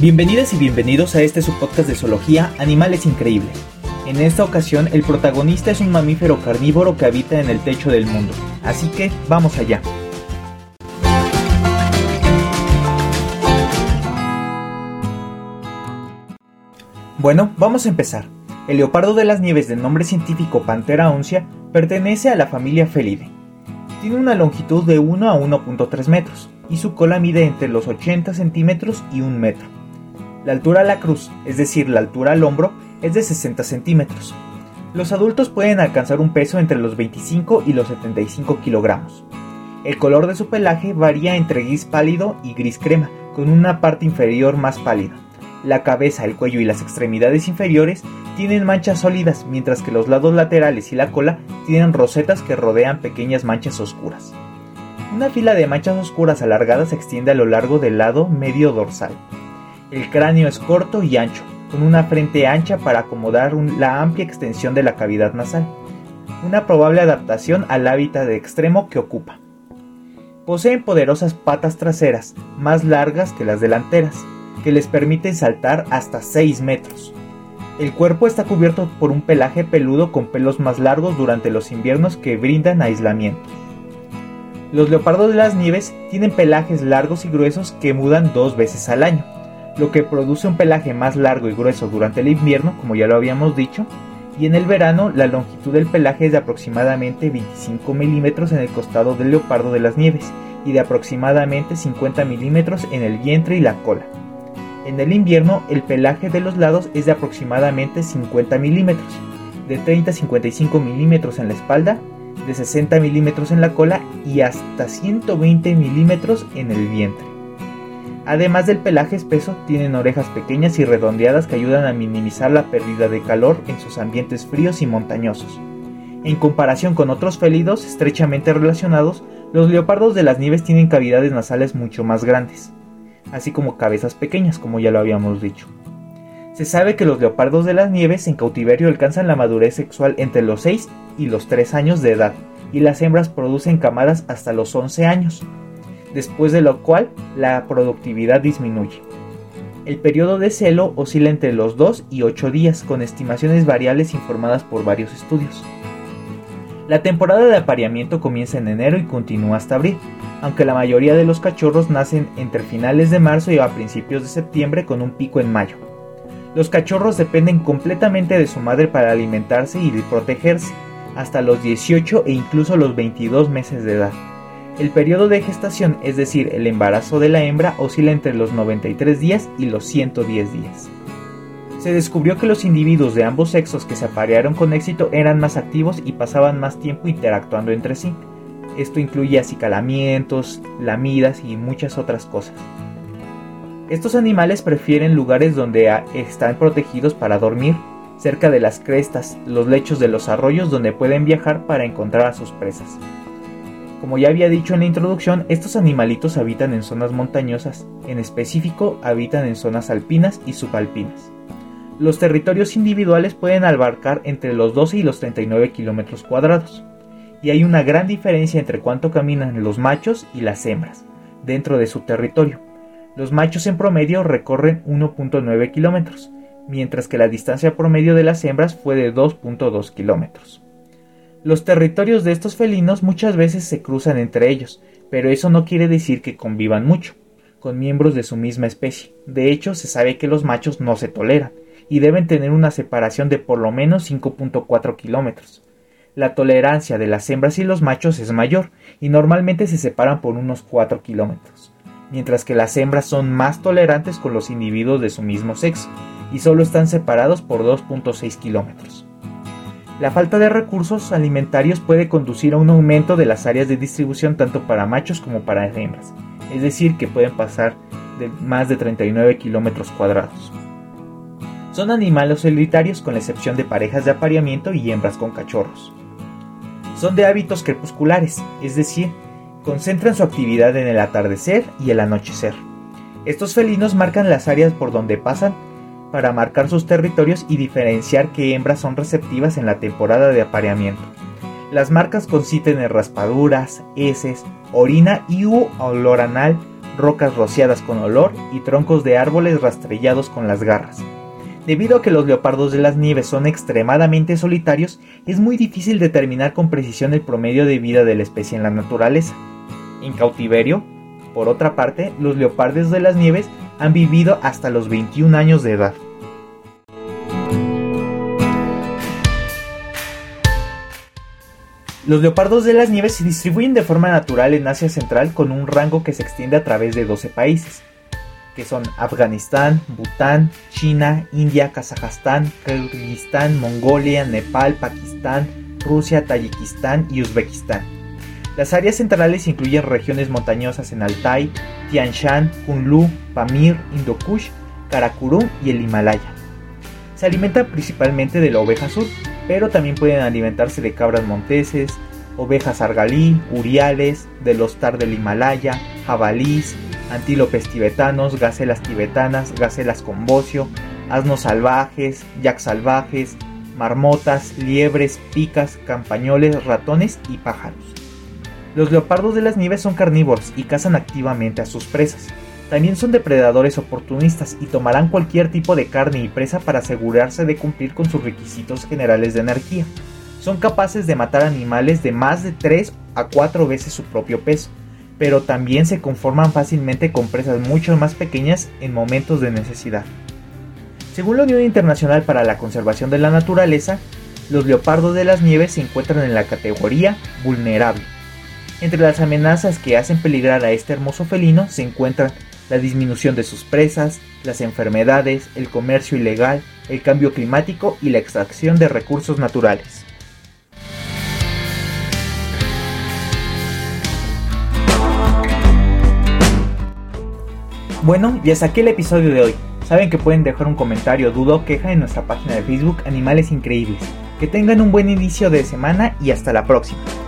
Bienvenidas y bienvenidos a este subpodcast de zoología Animales Increíbles. En esta ocasión el protagonista es un mamífero carnívoro que habita en el techo del mundo, así que vamos allá. Bueno, vamos a empezar. El leopardo de las nieves de nombre científico Panthera uncia pertenece a la familia Felidae. Tiene una longitud de 1 a 1.3 metros y su cola mide entre los 80 centímetros y 1 metro. La altura a la cruz, es decir, la altura al hombro, es de 60 centímetros. Los adultos pueden alcanzar un peso entre los 25 y los 75 kilogramos. El color de su pelaje varía entre gris pálido y gris crema, con una parte inferior más pálida. La cabeza, el cuello y las extremidades inferiores tienen manchas sólidas, mientras que los lados laterales y la cola tienen rosetas que rodean pequeñas manchas oscuras. Una fila de manchas oscuras alargadas se extiende a lo largo del lado medio dorsal. El cráneo es corto y ancho, con una frente ancha para acomodar la amplia extensión de la cavidad nasal, una probable adaptación al hábitat extremo que ocupa. Poseen poderosas patas traseras, más largas que las delanteras, que les permiten saltar hasta 6 metros. El cuerpo está cubierto por un pelaje peludo con pelos más largos durante los inviernos que brindan aislamiento. Los leopardos de las nieves tienen pelajes largos y gruesos que mudan 2 veces al año, lo que produce un pelaje más largo y grueso durante el invierno, como ya lo habíamos dicho, y en el verano la longitud del pelaje es de aproximadamente 25 milímetros en el costado del leopardo de las nieves y de aproximadamente 50 milímetros en el vientre y la cola. En el invierno el pelaje de los lados es de aproximadamente 50 milímetros, de 30 a 55 milímetros en la espalda, de 60 milímetros en la cola y hasta 120 milímetros en el vientre. Además del pelaje espeso, tienen orejas pequeñas y redondeadas que ayudan a minimizar la pérdida de calor en sus ambientes fríos y montañosos. En comparación con otros félidos estrechamente relacionados, los leopardos de las nieves tienen cavidades nasales mucho más grandes, así como cabezas pequeñas, como ya lo habíamos dicho. Se sabe que los leopardos de las nieves en cautiverio alcanzan la madurez sexual entre los 6 y los 3 años de edad, y las hembras producen camadas hasta los 11 años. Después de lo cual la productividad disminuye. El periodo de celo oscila entre los 2 y 8 días, con estimaciones variables informadas por varios estudios. La temporada de apareamiento comienza en enero y continúa hasta abril, aunque la mayoría de los cachorros nacen entre finales de marzo y a principios de septiembre con un pico en mayo. Los cachorros dependen completamente de su madre para alimentarse y protegerse, hasta los 18 e incluso los 22 meses de edad. El periodo de gestación, es decir, el embarazo de la hembra, oscila entre los 93 días y los 110 días. Se descubrió que los individuos de ambos sexos que se aparearon con éxito eran más activos y pasaban más tiempo interactuando entre sí. Esto incluye acicalamientos, lamidas y muchas otras cosas. Estos animales prefieren lugares donde están protegidos para dormir, cerca de las crestas, los lechos de los arroyos donde pueden viajar para encontrar a sus presas. Como ya había dicho en la introducción, estos animalitos habitan en zonas montañosas, en específico habitan en zonas alpinas y subalpinas. Los territorios individuales pueden abarcar entre los 12 y los 39 kilómetros cuadrados, y hay una gran diferencia entre cuánto caminan los machos y las hembras dentro de su territorio. Los machos en promedio recorren 1.9 kilómetros, mientras que la distancia promedio de las hembras fue de 2.2 kilómetros. Los territorios de estos felinos muchas veces se cruzan entre ellos, pero eso no quiere decir que convivan mucho con miembros de su misma especie. De hecho, se sabe que los machos no se toleran y deben tener una separación de por lo menos 5.4 kilómetros. La tolerancia de las hembras y los machos es mayor y normalmente se separan por unos 4 kilómetros, mientras que las hembras son más tolerantes con los individuos de su mismo sexo y solo están separados por 2.6 kilómetros. La falta de recursos alimentarios puede conducir a un aumento de las áreas de distribución tanto para machos como para hembras, es decir, que pueden pasar de más de 39 kilómetros cuadrados. Son animales solitarios con la excepción de parejas de apareamiento y hembras con cachorros. Son de hábitos crepusculares, es decir, concentran su actividad en el atardecer y el anochecer. Estos felinos marcan las áreas por donde pasan para marcar sus territorios y diferenciar qué hembras son receptivas en la temporada de apareamiento. Las marcas consisten en raspaduras, heces, orina y olor anal, rocas rociadas con olor y troncos de árboles rastrellados con las garras. Debido a que los leopardos de las nieves son extremadamente solitarios, es muy difícil determinar con precisión el promedio de vida de la especie en la naturaleza. En cautiverio, por otra parte, los leopardos de las nieves han vivido hasta los 21 años de edad. Los leopardos de las nieves se distribuyen de forma natural en Asia Central con un rango que se extiende a través de 12 países, que son Afganistán, Bután, China, India, Kazajstán, Kirguistán, Mongolia, Nepal, Pakistán, Rusia, Tayikistán y Uzbekistán. Las áreas centrales incluyen regiones montañosas en Altai, Tian Shan, Kunlun, Pamir, Indo Kush, Karakorum y el Himalaya. Se alimentan principalmente de la oveja azul, pero también pueden alimentarse de cabras monteses, ovejas argalí, uriales, de los tar del Himalaya, jabalís, antílopes tibetanos, gacelas tibetanas, gacelas con bocio, asnos salvajes, yaks salvajes, marmotas, liebres, picas, campañoles, ratones y pájaros. Los leopardos de las nieves son carnívoros y cazan activamente a sus presas. También son depredadores oportunistas y tomarán cualquier tipo de carne y presa para asegurarse de cumplir con sus requisitos generales de energía. Son capaces de matar animales de más de 3 a 4 veces su propio peso, pero también se conforman fácilmente con presas mucho más pequeñas en momentos de necesidad. Según la Unión Internacional para la Conservación de la Naturaleza, los leopardos de las nieves se encuentran en la categoría vulnerable. Entre las amenazas que hacen peligrar a este hermoso felino se encuentran la disminución de sus presas, las enfermedades, el comercio ilegal, el cambio climático y la extracción de recursos naturales. Bueno, y hasta aquí el episodio de hoy. Saben que pueden dejar un comentario, duda o queja en nuestra página de Facebook Animales Increíbles. Que tengan un buen inicio de semana y hasta la próxima.